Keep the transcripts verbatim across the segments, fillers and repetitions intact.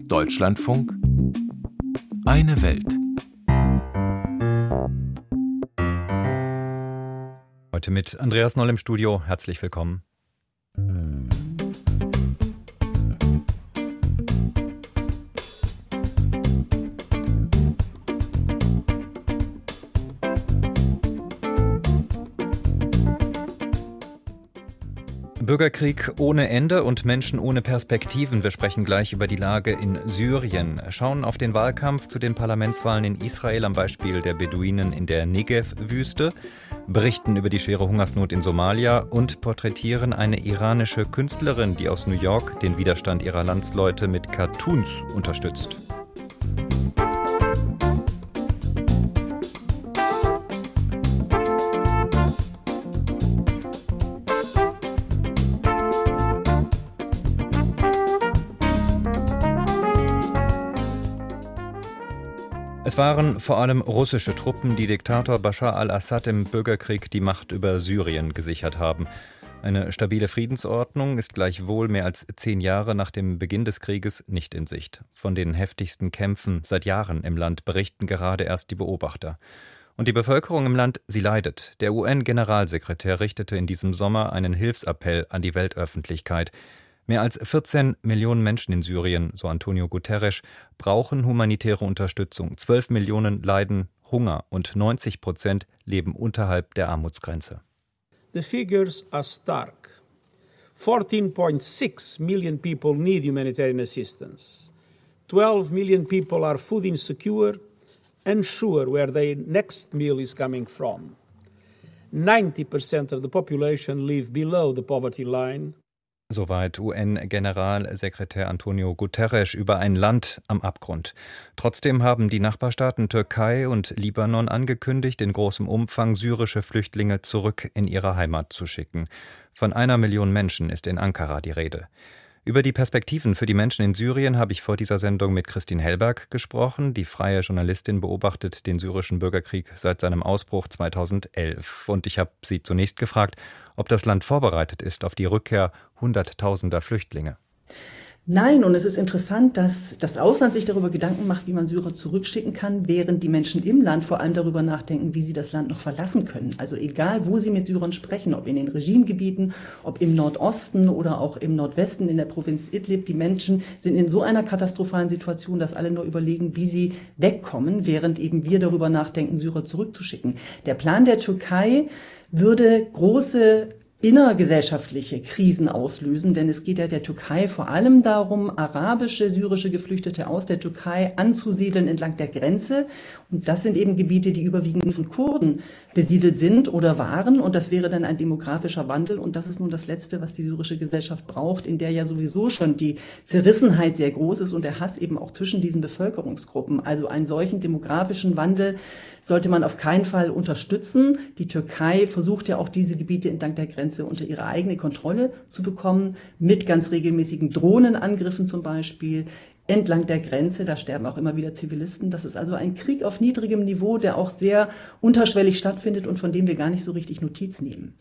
Deutschlandfunk Eine Welt. Heute mit Andreas Noll im Studio. Herzlich willkommen. Bürgerkrieg ohne Ende und Menschen ohne Perspektiven. Wir sprechen gleich über die Lage in Syrien, schauen auf den Wahlkampf zu den Parlamentswahlen in Israel am Beispiel der Beduinen in der Negev-Wüste, berichten über die schwere Hungersnot in Somalia und porträtieren eine iranische Künstlerin, die aus New York den Widerstand ihrer Landsleute mit Cartoons unterstützt. Es waren vor allem russische Truppen, die Diktator Bashar al-Assad im Bürgerkrieg die Macht über Syrien gesichert haben. Eine stabile Friedensordnung ist gleichwohl mehr als zehn Jahre nach dem Beginn des Krieges nicht in Sicht. Von den heftigsten Kämpfen seit Jahren im Land berichten gerade erst die Beobachter. Und die Bevölkerung im Land, sie leidet. Der U N-Generalsekretär richtete in diesem Sommer einen Hilfsappell an die Weltöffentlichkeit. Mehr als vierzehn Millionen Menschen in Syrien, so Antonio Guterres, brauchen humanitäre Unterstützung. zwölf Millionen leiden Hunger und neunzig Prozent leben unterhalb der Armutsgrenze. The figures are stark. fourteen point six million people need humanitarian assistance. twelve million people are food insecure, unsure where their next meal is coming from. ninety percent of the population live below the poverty line. Soweit U N-Generalsekretär Antonio Guterres über ein Land am Abgrund. Trotzdem haben die Nachbarstaaten Türkei und Libanon angekündigt, in großem Umfang syrische Flüchtlinge zurück in ihre Heimat zu schicken. Von einer Million Menschen ist in Ankara die Rede. Über die Perspektiven für die Menschen in Syrien habe ich vor dieser Sendung mit Christine Hellberg gesprochen. Die freie Journalistin beobachtet den syrischen Bürgerkrieg seit seinem Ausbruch zweitausendelf. Und ich habe sie zunächst gefragt, ob das Land vorbereitet ist auf die Rückkehr hunderttausender Flüchtlinge. Nein, und es ist interessant, dass das Ausland sich darüber Gedanken macht, wie man Syrer zurückschicken kann, während die Menschen im Land vor allem darüber nachdenken, wie sie das Land noch verlassen können. Also egal, wo sie mit Syrern sprechen, ob in den Regimegebieten, ob im Nordosten oder auch im Nordwesten in der Provinz Idlib, die Menschen sind in so einer katastrophalen Situation, dass alle nur überlegen, wie sie wegkommen, während eben wir darüber nachdenken, Syrer zurückzuschicken. Der Plan der Türkei würde große innergesellschaftliche Krisen auslösen, denn es geht ja der Türkei vor allem darum, arabische, syrische Geflüchtete aus der Türkei anzusiedeln entlang der Grenze. Und das sind eben Gebiete, die überwiegend von Kurden besiedelt sind oder waren. Und das wäre dann ein demografischer Wandel. Und das ist nun das Letzte, was die syrische Gesellschaft braucht, in der ja sowieso schon die Zerrissenheit sehr groß ist und der Hass eben auch zwischen diesen Bevölkerungsgruppen. Also einen solchen demografischen Wandel sollte man auf keinen Fall unterstützen. Die Türkei versucht ja auch diese Gebiete entlang der Grenze unter ihre eigene Kontrolle zu bekommen, mit ganz regelmäßigen Drohnenangriffen zum Beispiel entlang der Grenze. Da sterben auch immer wieder Zivilisten. Das ist also ein Krieg auf niedrigem Niveau, der auch sehr unterschwellig stattfindet und von dem wir gar nicht so richtig Notiz nehmen.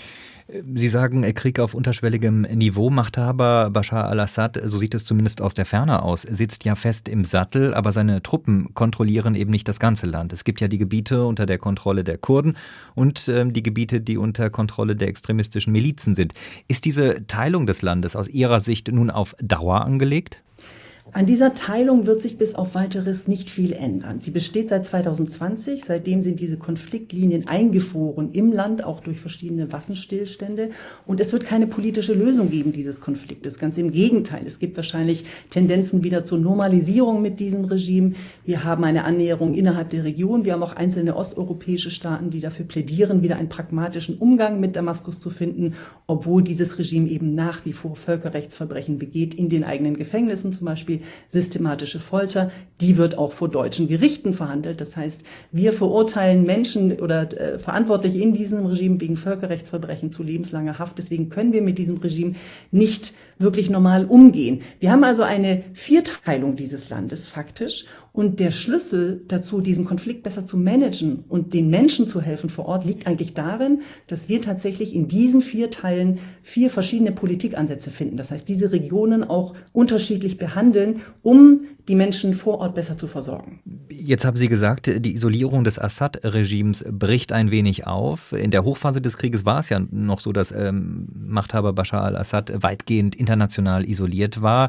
Sie sagen, Krieg auf unterschwelligem Niveau. Machthaber Bashar al-Assad, so sieht es zumindest aus der Ferne aus, sitzt ja fest im Sattel, aber seine Truppen kontrollieren eben nicht das ganze Land. Es gibt ja die Gebiete unter der Kontrolle der Kurden und äh, die Gebiete, die unter Kontrolle der extremistischen Milizen sind. Ist diese Teilung des Landes aus Ihrer Sicht nun auf Dauer angelegt? An dieser Teilung wird sich bis auf Weiteres nicht viel ändern. Sie besteht seit zweitausendzwanzig. Seitdem sind diese Konfliktlinien eingefroren im Land, auch durch verschiedene Waffenstillstände. Und es wird keine politische Lösung geben dieses Konfliktes. Ganz im Gegenteil. Es gibt wahrscheinlich Tendenzen wieder zur Normalisierung mit diesem Regime. Wir haben eine Annäherung innerhalb der Region. Wir haben auch einzelne osteuropäische Staaten, die dafür plädieren, wieder einen pragmatischen Umgang mit Damaskus zu finden, obwohl dieses Regime eben nach wie vor Völkerrechtsverbrechen begeht, in den eigenen Gefängnissen zum Beispiel. Systematische Folter, die wird auch vor deutschen Gerichten verhandelt. Das heißt, wir verurteilen Menschen oder äh, Verantwortliche in diesem Regime wegen Völkerrechtsverbrechen zu lebenslanger Haft. Deswegen können wir mit diesem Regime nicht wirklich normal umgehen. Wir haben also eine Vierteilung dieses Landes faktisch. Und der Schlüssel dazu, diesen Konflikt besser zu managen und den Menschen zu helfen vor Ort, liegt eigentlich darin, dass wir tatsächlich in diesen vier Teilen vier verschiedene Politikansätze finden. Das heißt, diese Regionen auch unterschiedlich behandeln handeln, um die Menschen vor Ort besser zu versorgen. Jetzt haben Sie gesagt, die Isolierung des Assad-Regimes bricht ein wenig auf. In der Hochphase des Krieges war es ja noch so, dass ähm, Machthaber Bashar al-Assad weitgehend international isoliert war.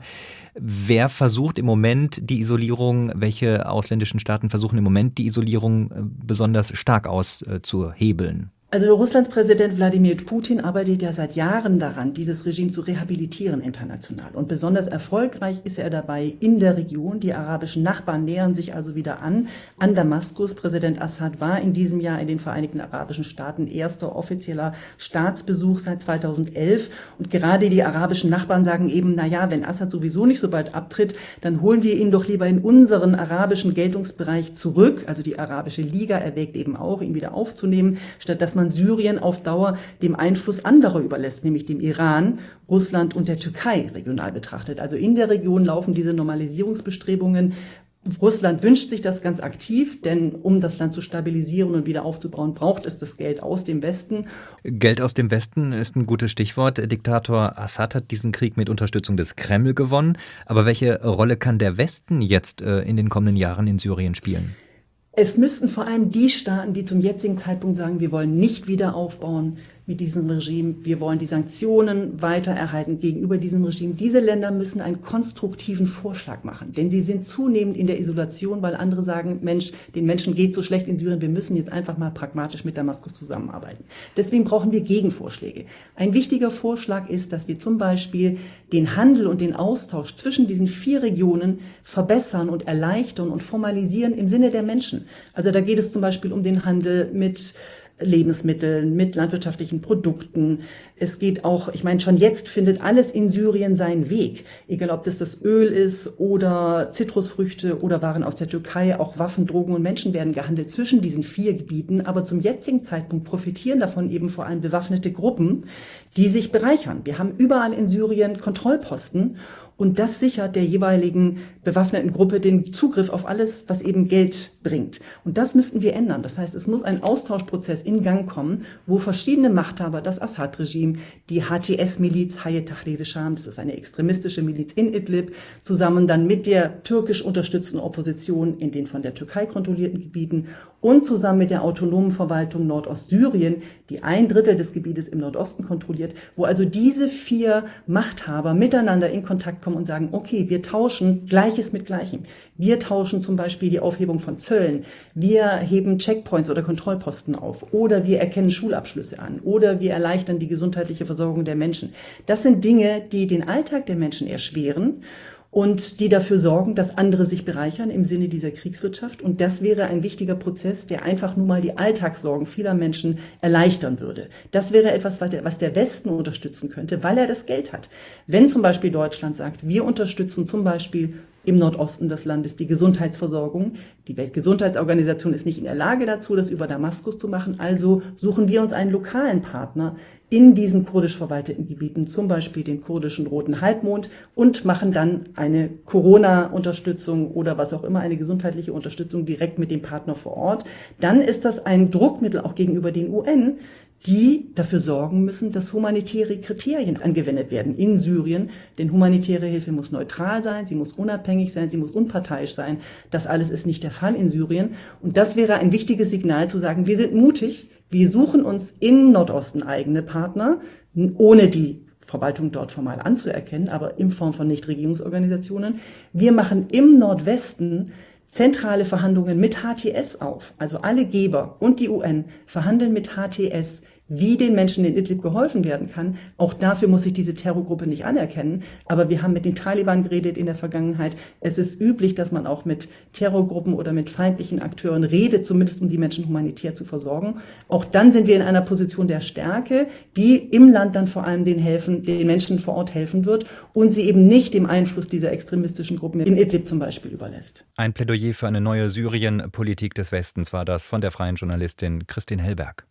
Wer versucht im Moment die Isolierung, welche ausländischen Staaten versuchen im Moment die Isolierung äh, besonders stark auszuhebeln? Also Russlands Präsident Wladimir Putin arbeitet ja seit Jahren daran, dieses Regime zu rehabilitieren international. Und besonders erfolgreich ist er dabei in der Region. Die arabischen Nachbarn nähern sich also wieder an, an Damaskus. Präsident Assad war in diesem Jahr in den Vereinigten Arabischen Staaten erster offizieller Staatsbesuch seit zweitausendelf. Und gerade die arabischen Nachbarn sagen eben, na ja, wenn Assad sowieso nicht so bald abtritt, dann holen wir ihn doch lieber in unseren arabischen Geltungsbereich zurück. Also die Arabische Liga erwägt eben auch, ihn wieder aufzunehmen, statt dass man Syrien auf Dauer dem Einfluss anderer überlässt, nämlich dem Iran, Russland und der Türkei regional betrachtet. Also in der Region laufen diese Normalisierungsbestrebungen. Russland wünscht sich das ganz aktiv, denn um das Land zu stabilisieren und wieder aufzubauen, braucht es das Geld aus dem Westen. Geld aus dem Westen ist ein gutes Stichwort. Diktator Assad hat diesen Krieg mit Unterstützung des Kreml gewonnen. Aber welche Rolle kann der Westen jetzt in den kommenden Jahren in Syrien spielen? Es müssten vor allem die Staaten, die zum jetzigen Zeitpunkt sagen, wir wollen nicht wieder aufbauen mit diesem Regime, wir wollen die Sanktionen weiter erhalten gegenüber diesem Regime. Diese Länder müssen einen konstruktiven Vorschlag machen, denn sie sind zunehmend in der Isolation, weil andere sagen, Mensch, den Menschen geht so schlecht in Syrien, wir müssen jetzt einfach mal pragmatisch mit Damaskus zusammenarbeiten. Deswegen brauchen wir Gegenvorschläge. Ein wichtiger Vorschlag ist, dass wir zum Beispiel den Handel und den Austausch zwischen diesen vier Regionen verbessern und erleichtern und formalisieren im Sinne der Menschen. Also da geht es zum Beispiel um den Handel mit Lebensmitteln, mit landwirtschaftlichen Produkten. Es geht auch, ich meine, schon jetzt findet alles in Syrien seinen Weg. Egal, ob das das Öl ist oder Zitrusfrüchte oder Waren aus der Türkei, auch Waffen, Drogen und Menschen werden gehandelt zwischen diesen vier Gebieten. Aber zum jetzigen Zeitpunkt profitieren davon eben vor allem bewaffnete Gruppen, die sich bereichern. Wir haben überall in Syrien Kontrollposten. Und das sichert der jeweiligen bewaffneten Gruppe den Zugriff auf alles, was eben Geld bringt. Und das müssten wir ändern. Das heißt, es muss ein Austauschprozess in Gang kommen, wo verschiedene Machthaber, das Assad-Regime, die H T S-Miliz, Hayat Tahrir al-Sham, das ist eine extremistische Miliz in Idlib, zusammen dann mit der türkisch unterstützten Opposition in den von der Türkei kontrollierten Gebieten und zusammen mit der autonomen Verwaltung Nordostsyrien, die ein Drittel des Gebietes im Nordosten kontrolliert, wo also diese vier Machthaber miteinander in Kontakt kommen und sagen, okay, wir tauschen Gleiches mit Gleichem. Wir tauschen zum Beispiel die Aufhebung von Zöllen. Wir heben Checkpoints oder Kontrollposten auf. Oder wir erkennen Schulabschlüsse an. Oder wir erleichtern die gesundheitliche Versorgung der Menschen. Das sind Dinge, die den Alltag der Menschen erschweren und die dafür sorgen, dass andere sich bereichern im Sinne dieser Kriegswirtschaft. Und das wäre ein wichtiger Prozess, der einfach nur mal die Alltagssorgen vieler Menschen erleichtern würde. Das wäre etwas, was der, was der Westen unterstützen könnte, weil er das Geld hat. Wenn zum Beispiel Deutschland sagt, wir unterstützen zum Beispiel im Nordosten des Landes die Gesundheitsversorgung. Die Weltgesundheitsorganisation ist nicht in der Lage dazu, das über Damaskus zu machen. Also suchen wir uns einen lokalen Partner in diesen kurdisch verwalteten Gebieten, zum Beispiel den kurdischen Roten Halbmond, und machen dann eine Corona-Unterstützung oder was auch immer, eine gesundheitliche Unterstützung direkt mit dem Partner vor Ort. Dann ist das ein Druckmittel auch gegenüber den U N, die dafür sorgen müssen, dass humanitäre Kriterien angewendet werden in Syrien. Denn humanitäre Hilfe muss neutral sein, sie muss unabhängig sein, sie muss unparteiisch sein. Das alles ist nicht der Fall in Syrien. Und das wäre ein wichtiges Signal zu sagen, wir sind mutig, wir suchen uns im Nordosten eigene Partner, ohne die Verwaltung dort formal anzuerkennen, aber in Form von Nichtregierungsorganisationen. Wir machen im Nordwesten zentrale Verhandlungen mit H T S auf. Also alle Geber und die U N verhandeln mit H T S, wie den Menschen in Idlib geholfen werden kann. Auch dafür muss sich diese Terrorgruppe nicht anerkennen. Aber wir haben mit den Taliban geredet in der Vergangenheit. Es ist üblich, dass man auch mit Terrorgruppen oder mit feindlichen Akteuren redet, zumindest um die Menschen humanitär zu versorgen. Auch dann sind wir in einer Position der Stärke, die im Land dann vor allem den, helfen, den Menschen vor Ort helfen wird und sie eben nicht dem Einfluss dieser extremistischen Gruppen in Idlib zum Beispiel überlässt. Ein Plädoyer für eine neue Syrien-Politik des Westens war das von der freien Journalistin Christine Hellberg.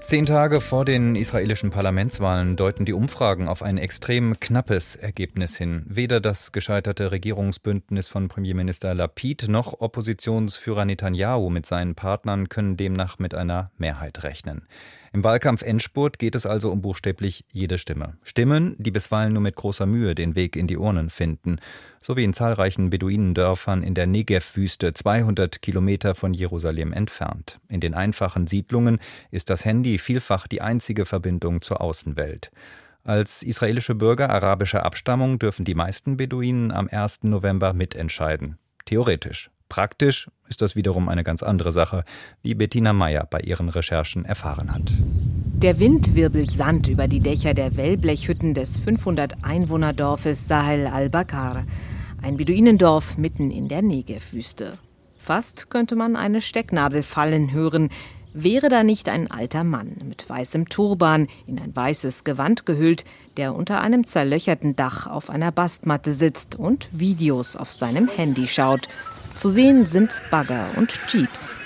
Zehn Tage vor den israelischen Parlamentswahlen deuten die Umfragen auf ein extrem knappes Ergebnis hin. Weder das gescheiterte Regierungsbündnis von Premierminister Lapid noch Oppositionsführer Netanyahu mit seinen Partnern können demnach mit einer Mehrheit rechnen. Im Wahlkampf-Endspurt geht es also um buchstäblich jede Stimme. Stimmen, die bisweilen nur mit großer Mühe den Weg in die Urnen finden. So wie in zahlreichen Beduinendörfern in der Negev-Wüste, zweihundert Kilometer von Jerusalem entfernt. In den einfachen Siedlungen ist das Handy vielfach die einzige Verbindung zur Außenwelt. Als israelische Bürger arabischer Abstammung dürfen die meisten Beduinen am ersten November mitentscheiden. Theoretisch. Praktisch ist das wiederum eine ganz andere Sache, wie Bettina Meyer bei ihren Recherchen erfahren hat. Der Wind wirbelt Sand über die Dächer der Wellblechhütten des fünfhundert-Einwohner-Dorfes Sahel al-Bakar, ein Beduinendorf mitten in der Negev-Wüste. Fast könnte man eine Stecknadel fallen hören, wäre da nicht ein alter Mann mit weißem Turban, in ein weißes Gewand gehüllt, der unter einem zerlöcherten Dach auf einer Bastmatte sitzt und Videos auf seinem Handy schaut. Zu sehen sind Bagger und Jeeps.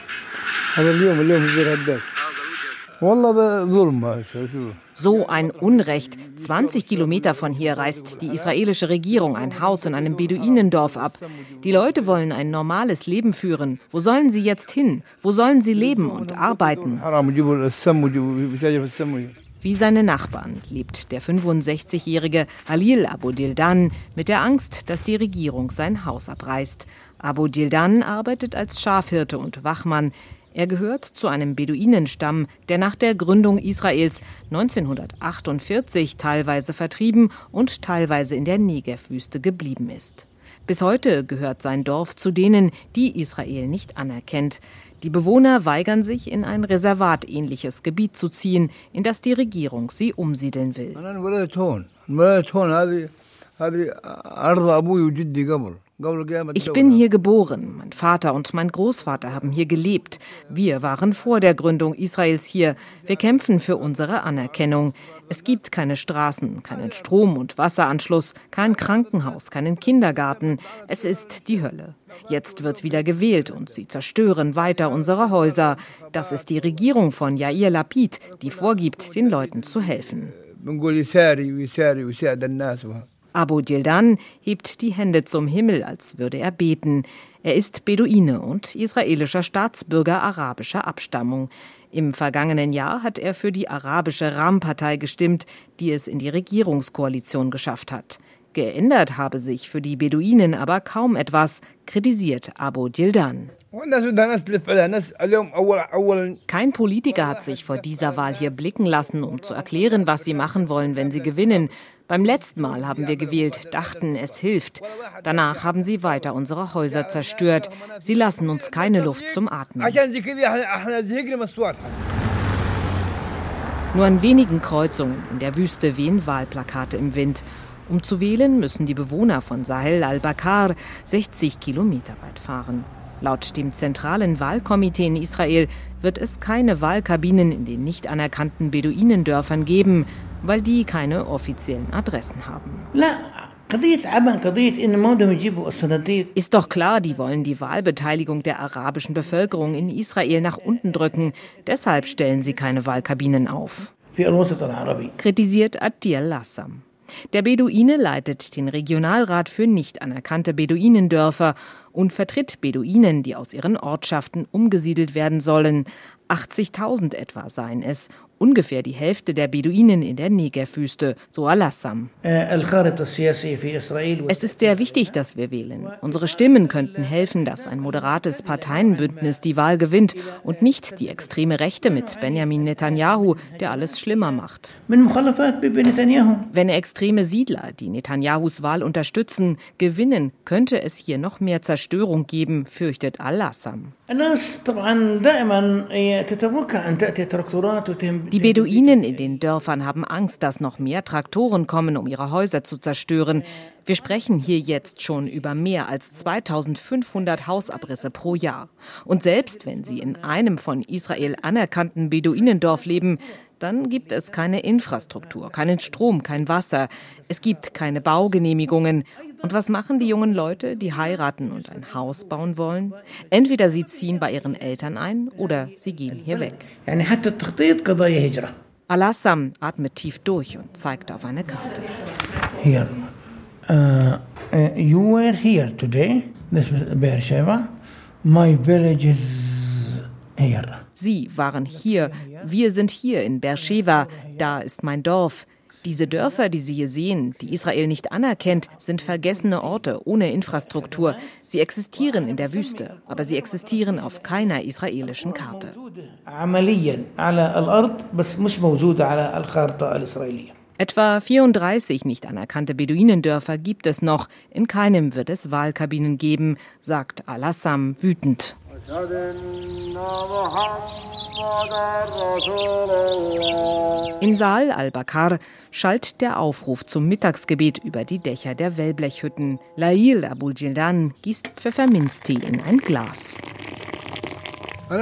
So ein Unrecht. zwanzig Kilometer von hier reißt die israelische Regierung ein Haus in einem Beduinendorf ab. Die Leute wollen ein normales Leben führen. Wo sollen sie jetzt hin? Wo sollen sie leben und arbeiten? Wie seine Nachbarn lebt der fünfundsechzigjährige Halil Abu Dildan mit der Angst, dass die Regierung sein Haus abreißt. Abu Dildan arbeitet als Schafhirte und Wachmann. Er gehört zu einem Beduinenstamm, der nach der Gründung Israels neunzehnhundertachtundvierzig teilweise vertrieben und teilweise in der Negev-Wüste geblieben ist. Bis heute gehört sein Dorf zu denen, die Israel nicht anerkennt. Die Bewohner weigern sich, in ein reservatähnliches Gebiet zu ziehen, in das die Regierung sie umsiedeln will. Ich bin hier geboren. Mein Vater und mein Großvater haben hier gelebt. Wir waren vor der Gründung Israels hier. Wir kämpfen für unsere Anerkennung. Es gibt keine Straßen, keinen Strom- und Wasseranschluss, kein Krankenhaus, keinen Kindergarten. Es ist die Hölle. Jetzt wird wieder gewählt und sie zerstören weiter unsere Häuser. Das ist die Regierung von Yair Lapid, die vorgibt, den Leuten zu helfen. Abu Dildan hebt die Hände zum Himmel, als würde er beten. Er ist Beduine und israelischer Staatsbürger arabischer Abstammung. Im vergangenen Jahr hat er für die arabische Ram-Partei gestimmt, die es in die Regierungskoalition geschafft hat. Geändert habe sich für die Beduinen aber kaum etwas, kritisiert Abu Dildan. Kein Politiker hat sich vor dieser Wahl hier blicken lassen, um zu erklären, was sie machen wollen, wenn sie gewinnen. Beim letzten Mal haben wir gewählt, dachten, es hilft. Danach haben sie weiter unsere Häuser zerstört. Sie lassen uns keine Luft zum Atmen. Nur an wenigen Kreuzungen in der Wüste wehen Wahlplakate im Wind. Um zu wählen, müssen die Bewohner von Sahel al-Bakar sechzig Kilometer weit fahren. Laut dem zentralen Wahlkomitee in Israel wird es keine Wahlkabinen in den nicht anerkannten Beduinendörfern geben, weil die keine offiziellen Adressen haben. Ist doch klar, die wollen die Wahlbeteiligung der arabischen Bevölkerung in Israel nach unten drücken. Deshalb stellen sie keine Wahlkabinen auf. Kritisiert Adil Lassam. Der Beduine leitet den Regionalrat für nicht anerkannte Beduinendörfer und vertritt Beduinen, die aus ihren Ortschaften umgesiedelt werden sollen. achtzigtausend etwa seien es, ungefähr die Hälfte der Beduinen in der Negev-Wüste, so Al-Assam. Es ist sehr wichtig, dass wir wählen. Unsere Stimmen könnten helfen, dass ein moderates Parteienbündnis die Wahl gewinnt und nicht die extreme Rechte mit Benjamin Netanyahu, der alles schlimmer macht. Wenn extreme Siedler, die Netanyahus Wahl unterstützen, gewinnen, könnte es hier noch mehr Zerstörung geben, fürchtet Al-Assam. Die Beduinen in den Dörfern haben Angst, dass noch mehr Traktoren kommen, um ihre Häuser zu zerstören. Wir sprechen hier jetzt schon über mehr als zweitausendfünfhundert Hausabrisse pro Jahr. Und selbst wenn sie in einem von Israel anerkannten Beduinendorf leben, dann gibt es keine Infrastruktur, keinen Strom, kein Wasser. Es gibt keine Baugenehmigungen. Und was machen die jungen Leute, die heiraten und ein Haus bauen wollen? Entweder sie ziehen bei ihren Eltern ein oder sie gehen hier weg. Al-Assam atmet tief durch und zeigt auf eine Karte. Here. Uh, uh, you were here today. This is Beersheba. My village is here. Sie waren hier. Wir sind hier in Beersheba. Da ist mein Dorf. Diese Dörfer, die Sie hier sehen, die Israel nicht anerkennt, sind vergessene Orte ohne Infrastruktur. Sie existieren in der Wüste, aber sie existieren auf keiner israelischen Karte. Etwa vierunddreißig nicht anerkannte Beduinendörfer gibt es noch. In keinem wird es Wahlkabinen geben, sagt Al-Assam wütend. In Saal al-Bakar schallt der Aufruf zum Mittagsgebet über die Dächer der Wellblechhütten. Lail Abu Dil-Dan gießt Pfefferminztee in ein Glas. Ich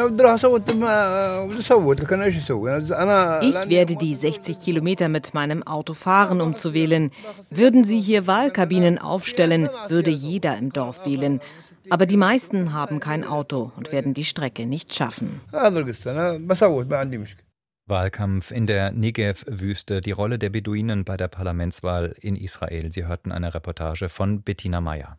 werde die sechzig Kilometer mit meinem Auto fahren, um zu wählen. Würden Sie hier Wahlkabinen aufstellen, würde jeder im Dorf wählen. Aber die meisten haben kein Auto und werden die Strecke nicht schaffen. Wahlkampf in der Negev-Wüste, die Rolle der Beduinen bei der Parlamentswahl in Israel. Sie hörten eine Reportage von Bettina Meyer.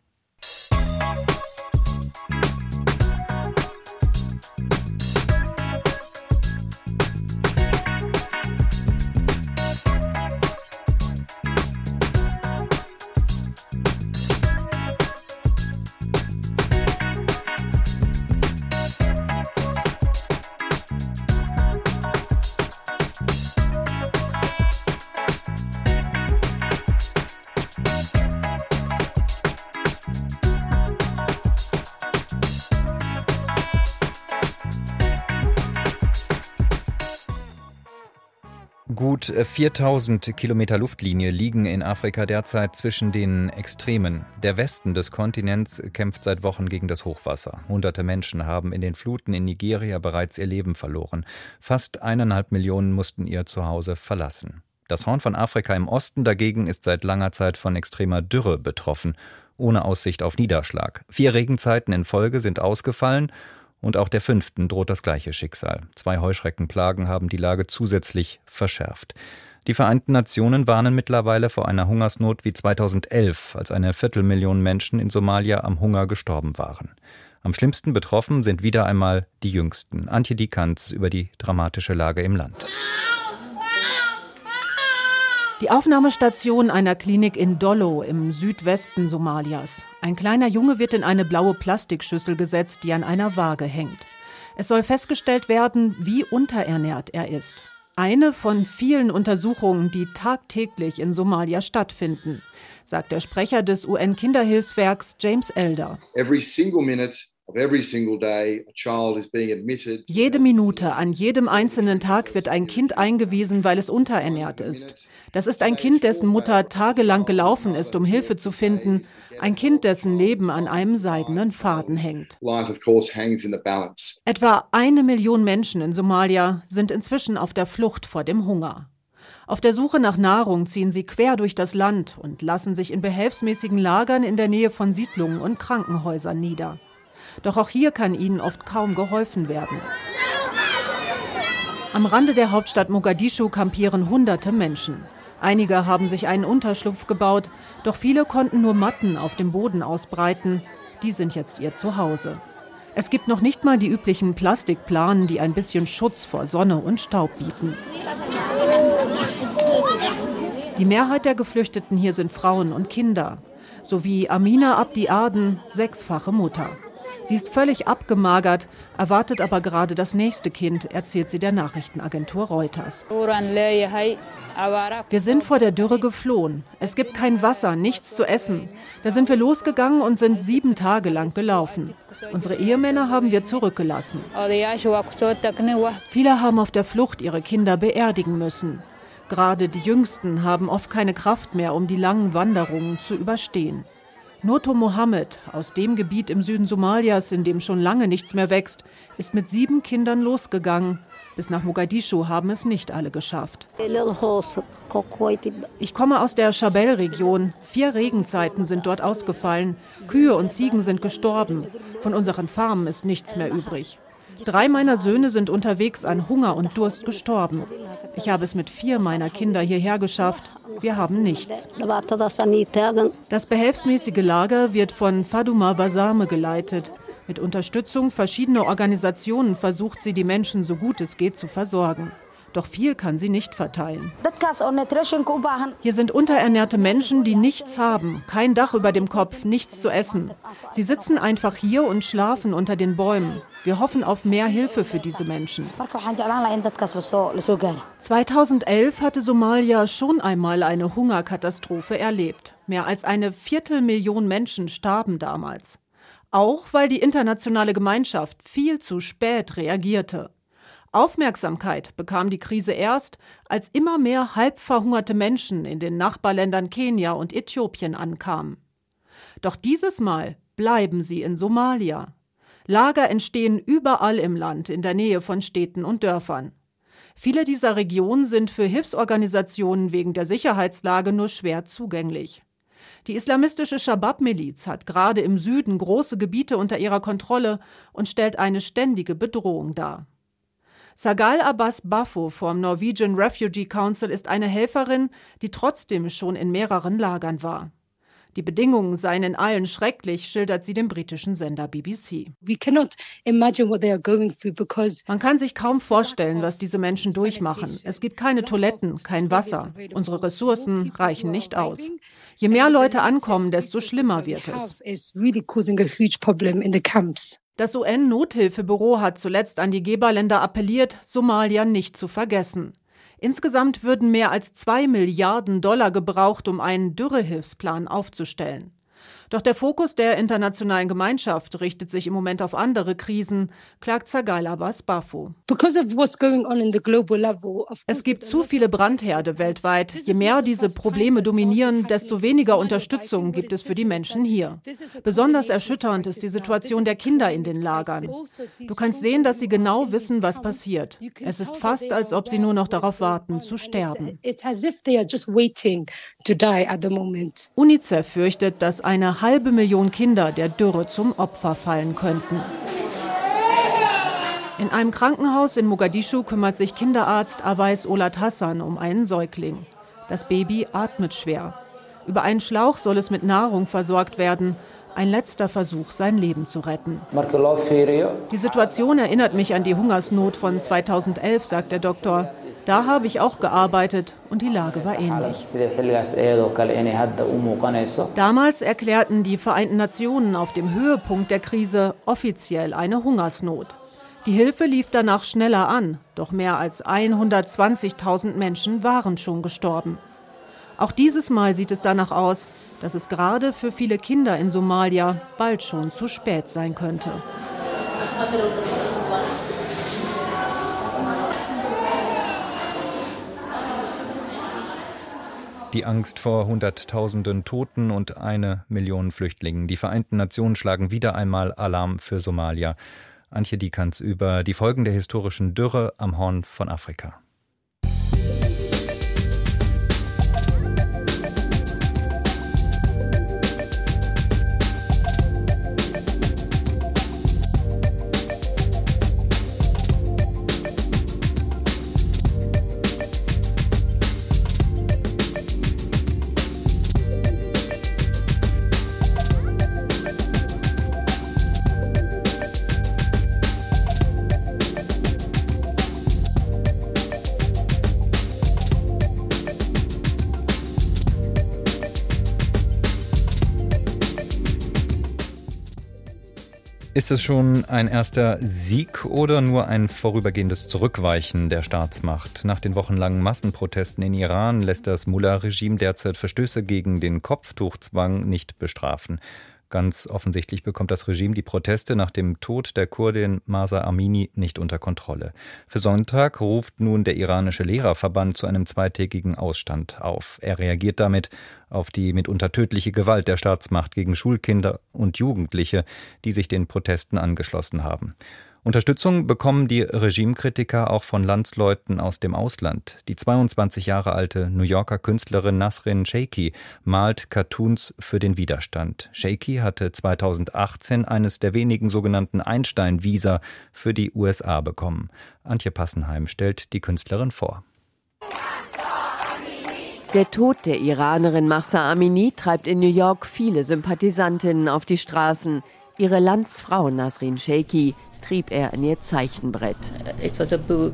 Gut viertausend Kilometer Luftlinie liegen in Afrika derzeit zwischen den Extremen. Der Westen des Kontinents kämpft seit Wochen gegen das Hochwasser. Hunderte Menschen haben in den Fluten in Nigeria bereits ihr Leben verloren. Fast eineinhalb Millionen mussten ihr Zuhause verlassen. Das Horn von Afrika im Osten dagegen ist seit langer Zeit von extremer Dürre betroffen, ohne Aussicht auf Niederschlag. Vier Regenzeiten in Folge sind ausgefallen. Und auch der fünften droht das gleiche Schicksal. Zwei Heuschreckenplagen haben die Lage zusätzlich verschärft. Die Vereinten Nationen warnen mittlerweile vor einer Hungersnot wie zweitausendelf, als eine Viertelmillion Menschen in Somalia am Hunger gestorben waren. Am schlimmsten betroffen sind wieder einmal die Jüngsten. Antje Diekanz über die dramatische Lage im Land. Die Aufnahmestation einer Klinik in Dollo im Südwesten Somalias. Ein kleiner Junge wird in eine blaue Plastikschüssel gesetzt, die an einer Waage hängt. Es soll festgestellt werden, wie unterernährt er ist. Eine von vielen Untersuchungen, die tagtäglich in Somalia stattfinden, sagt der Sprecher des U N-Kinderhilfswerks James Elder. Every single minute. Jede Minute an jedem einzelnen Tag wird ein Kind eingewiesen, weil es unterernährt ist. Das ist ein Kind, dessen Mutter tagelang gelaufen ist, um Hilfe zu finden. Ein Kind, dessen Leben an einem seidenen Faden hängt. Etwa eine Million Menschen in Somalia sind inzwischen auf der Flucht vor dem Hunger. Auf der Suche nach Nahrung ziehen sie quer durch das Land und lassen sich in behelfsmäßigen Lagern in der Nähe von Siedlungen und Krankenhäusern nieder. Doch auch hier kann ihnen oft kaum geholfen werden. Am Rande der Hauptstadt Mogadischu kampieren hunderte Menschen. Einige haben sich einen Unterschlupf gebaut, doch viele konnten nur Matten auf dem Boden ausbreiten. Die sind jetzt ihr Zuhause. Es gibt noch nicht mal die üblichen Plastikplanen, die ein bisschen Schutz vor Sonne und Staub bieten. Die Mehrheit der Geflüchteten hier sind Frauen und Kinder, sowie Amina Abdi Aden, sechsfache Mutter. Sie ist völlig abgemagert, erwartet aber gerade das nächste Kind, erzählt sie der Nachrichtenagentur Reuters. Wir sind vor der Dürre geflohen. Es gibt kein Wasser, nichts zu essen. Da sind wir losgegangen und sind sieben Tage lang gelaufen. Unsere Ehemänner haben wir zurückgelassen. Viele haben auf der Flucht ihre Kinder beerdigen müssen. Gerade die Jüngsten haben oft keine Kraft mehr, um die langen Wanderungen zu überstehen. Noto Mohammed, aus dem Gebiet im Süden Somalias, in dem schon lange nichts mehr wächst, ist mit sieben Kindern losgegangen, Bis nach Mogadischu haben es nicht alle geschafft. Ich komme aus der Shabelle-Region. Vier Regenzeiten sind dort ausgefallen. Kühe und Ziegen sind gestorben. Von unseren Farmen ist nichts mehr übrig. Drei meiner Söhne sind unterwegs an Hunger und Durst gestorben. Ich habe es mit vier meiner Kinder hierher geschafft. Wir haben nichts. Das behelfsmäßige Lager wird von Faduma Basame geleitet. Mit Unterstützung verschiedener Organisationen versucht sie, die Menschen so gut es geht zu versorgen. Doch viel kann sie nicht verteilen. Hier sind unterernährte Menschen, die nichts haben, kein Dach über dem Kopf, nichts zu essen. Sie sitzen einfach hier und schlafen unter den Bäumen. Wir hoffen auf mehr Hilfe für diese Menschen. zweitausendelf hatte Somalia schon einmal eine Hungerkatastrophe erlebt. Mehr als eine Viertelmillion Menschen starben damals. Auch weil die internationale Gemeinschaft viel zu spät reagierte. Aufmerksamkeit bekam die Krise erst, als immer mehr halb verhungerte Menschen in den Nachbarländern Kenia und Äthiopien ankamen. Doch dieses Mal bleiben sie in Somalia. Lager entstehen überall im Land, in der Nähe von Städten und Dörfern. Viele dieser Regionen sind für Hilfsorganisationen wegen der Sicherheitslage nur schwer zugänglich. Die islamistische Shabab-Miliz hat gerade im Süden große Gebiete unter ihrer Kontrolle und stellt eine ständige Bedrohung dar. Sagal Abbas Bafo vom Norwegian Refugee Council ist eine Helferin, die trotzdem schon in mehreren Lagern war. Die Bedingungen seien in allen schrecklich, schildert sie dem britischen Sender B B C. Man kann sich kaum vorstellen, was diese Menschen durchmachen. Es gibt keine Toiletten, kein Wasser. Unsere Ressourcen reichen nicht aus. Je mehr Leute ankommen, desto schlimmer wird es. Das U N-Nothilfebüro hat zuletzt an die Geberländer appelliert, Somalia nicht zu vergessen. Insgesamt würden mehr als zwei Milliarden Dollar gebraucht, um einen Dürrehilfsplan aufzustellen. Doch der Fokus der internationalen Gemeinschaft richtet sich im Moment auf andere Krisen, klagt Sagal Abbas Bafo. Es gibt zu viele Brandherde weltweit. Je mehr diese Probleme dominieren, desto weniger Unterstützung gibt es für die Menschen hier. Besonders erschütternd ist die Situation der Kinder in den Lagern. Du kannst sehen, dass sie genau wissen, was passiert. Es ist fast, als ob sie nur noch darauf warten, zu sterben. UNICEF fürchtet, dass eine halbe Million Kinder der Dürre zum Opfer fallen könnten. In einem Krankenhaus in Mogadischu kümmert sich Kinderarzt Awais Olat Hassan um einen Säugling. Das Baby atmet schwer. Über einen Schlauch soll es mit Nahrung versorgt werden. Ein letzter Versuch, sein Leben zu retten. Die Situation erinnert mich an die Hungersnot von zweitausendelf, sagt der Doktor. Da habe ich auch gearbeitet und die Lage war ähnlich. Damals erklärten die Vereinten Nationen auf dem Höhepunkt der Krise offiziell eine Hungersnot. Die Hilfe lief danach schneller an, doch mehr als hundertzwanzigtausend Menschen waren schon gestorben. Auch dieses Mal sieht es danach aus, dass es gerade für viele Kinder in Somalia bald schon zu spät sein könnte. Die Angst vor Hunderttausenden Toten und eine Million Flüchtlingen. Die Vereinten Nationen schlagen wieder einmal Alarm für Somalia. Antje Dieckans über die Folgen der historischen Dürre am Horn von Afrika. Ist es schon ein erster Sieg oder nur ein vorübergehendes Zurückweichen der Staatsmacht? Nach den wochenlangen Massenprotesten in Iran lässt das Mullah-Regime derzeit Verstöße gegen den Kopftuchzwang nicht bestrafen. Ganz offensichtlich bekommt das Regime die Proteste nach dem Tod der Kurdin Mahsa Amini nicht unter Kontrolle. Für Sonntag ruft nun der iranische Lehrerverband zu einem zweitägigen Ausstand auf. Er reagiert damit auf die mitunter tödliche Gewalt der Staatsmacht gegen Schulkinder und Jugendliche, die sich den Protesten angeschlossen haben. Unterstützung bekommen die Regimekritiker auch von Landsleuten aus dem Ausland. Die zweiundzwanzig Jahre alte New Yorker Künstlerin Nasrin Sheikhi malt Cartoons für den Widerstand. Sheikhi hatte zweitausendachtzehn eines der wenigen sogenannten Einstein-Visa für die U S A bekommen. Antje Passenheim stellt die Künstlerin vor. Der Tod der Iranerin Mahsa Amini treibt in New York viele Sympathisantinnen auf die Straßen. Ihre Landsfrau Nasrin Sheikhi trieb er an ihr Zeichenbrett. It was a book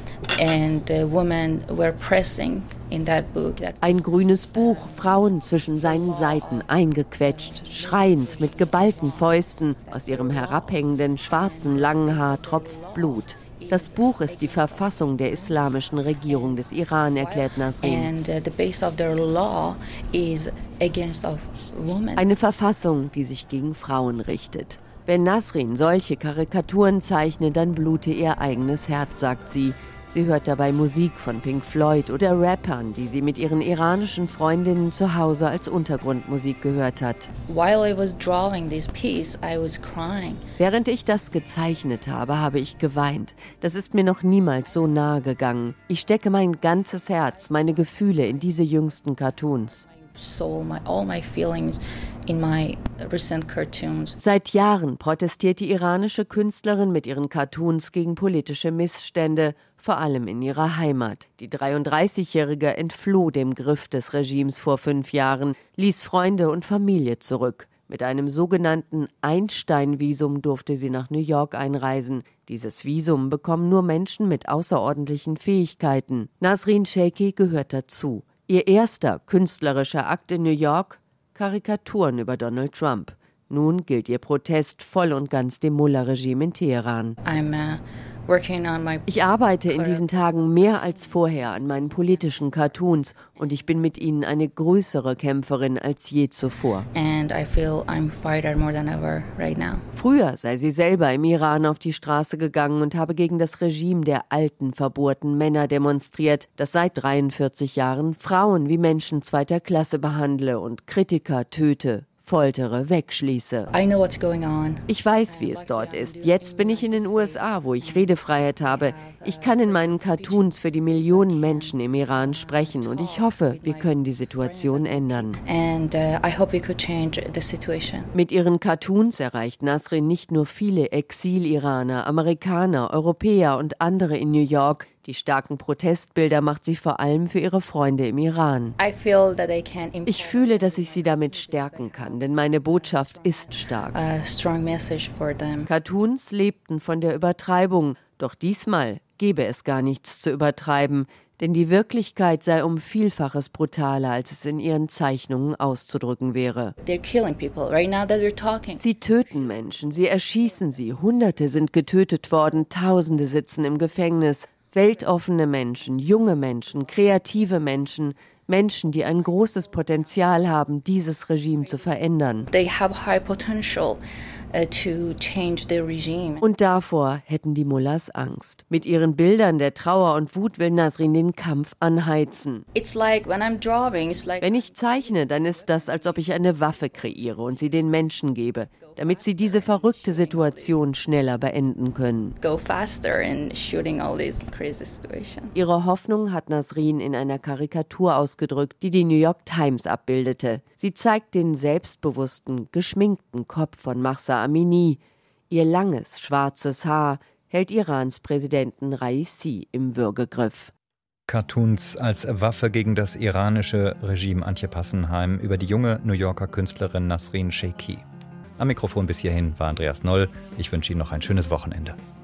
and the women were pressing in that book. Ein grünes Buch, Frauen zwischen seinen Seiten eingequetscht, schreiend mit geballten Fäusten. Aus ihrem herabhängenden schwarzen langen Haar tropft Blut. Das Buch ist die Verfassung der islamischen Regierung des Iran, erklärt Nasrin. And the base of their law is against of women. Eine Verfassung, die sich gegen Frauen richtet. Wenn Nasrin solche Karikaturen zeichne, dann blute ihr eigenes Herz, sagt sie. Sie hört dabei Musik von Pink Floyd oder Rappern, die sie mit ihren iranischen Freundinnen zu Hause als Untergrundmusik gehört hat. While I was drawing this piece, I was crying. Während ich das gezeichnet habe, habe ich geweint. Das ist mir noch niemals so nahe gegangen. Ich stecke mein ganzes Herz, meine Gefühle in diese jüngsten Cartoons. Soul, my, all my feelings in my recent cartoons. Seit Jahren protestiert die iranische Künstlerin mit ihren Cartoons gegen politische Missstände, vor allem in ihrer Heimat. Die dreiunddreißigjährige entfloh dem Griff des Regimes vor fünf Jahren, ließ Freunde und Familie zurück. Mit einem sogenannten Einstein-Visum durfte sie nach New York einreisen. Dieses Visum bekommen nur Menschen mit außerordentlichen Fähigkeiten. Nasrin Sheikhi gehört dazu. Ihr erster künstlerischer Akt in New York? Karikaturen über Donald Trump. Nun gilt ihr Protest voll und ganz dem Mullah-Regime in Teheran. I'm, uh, working on my ich arbeite in diesen Tagen mehr als vorher an meinen politischen Cartoons und ich bin mit ihnen eine größere Kämpferin als je zuvor. And I feel I'm fighter more than ever right now. Früher sei sie selber im Iran auf die Straße gegangen und habe gegen das Regime der alten, verbohrten Männer demonstriert, das seit dreiundvierzig Jahren Frauen wie Menschen zweiter Klasse behandle und Kritiker töte, foltere, wegschließe. I know what's going on. Ich weiß, wie es dort ist. Jetzt bin ich in den U S A, wo ich Redefreiheit habe. Ich kann in meinen Cartoons für die Millionen Menschen im Iran sprechen und ich hoffe, wir können die Situation ändern. And uh, I hope we could change the situation. Mit ihren Cartoons erreicht Nasrin nicht nur viele Exil-Iraner, Amerikaner, Europäer und andere in New York. Die starken Protestbilder macht sie vor allem für ihre Freunde im Iran. I feel that I can ich fühle, dass ich sie damit stärken kann, denn meine Botschaft ist stark. A strong message for them. Cartoons lebten von der Übertreibung, doch diesmal gäbe es gar nichts zu übertreiben, denn die Wirklichkeit sei um Vielfaches brutaler, als es in ihren Zeichnungen auszudrücken wäre. They're killing people right now that we're talking. Sie töten Menschen, sie erschießen sie, Hunderte sind getötet worden, Tausende sitzen im Gefängnis. Weltoffene Menschen, junge Menschen, kreative Menschen, Menschen, die ein großes Potenzial haben, dieses Regime zu verändern. They have high potential uh, to change the regime. Und davor hätten die Mullahs Angst. Mit ihren Bildern der Trauer und Wut will Nasrin den Kampf anheizen. It's like when I'm drawing, it's like Wenn ich zeichne, dann ist das, als ob ich eine Waffe kreiere und sie den Menschen gebe, damit sie diese verrückte Situation schneller beenden können. Go faster in shooting all these crazy situations. Ihre Hoffnung hat Nasrin in einer Karikatur ausgedrückt, die die New York Times abbildete. Sie zeigt den selbstbewussten, geschminkten Kopf von Mahsa Amini. Ihr langes, schwarzes Haar hält Irans Präsidenten Raisi im Würgegriff. Cartoons als Waffe gegen das iranische Regime. Antje Passenheim über die junge New Yorker Künstlerin Nasrin Sheikhi. Am Mikrofon bis hierhin war Andreas Noll. Ich wünsche Ihnen noch ein schönes Wochenende.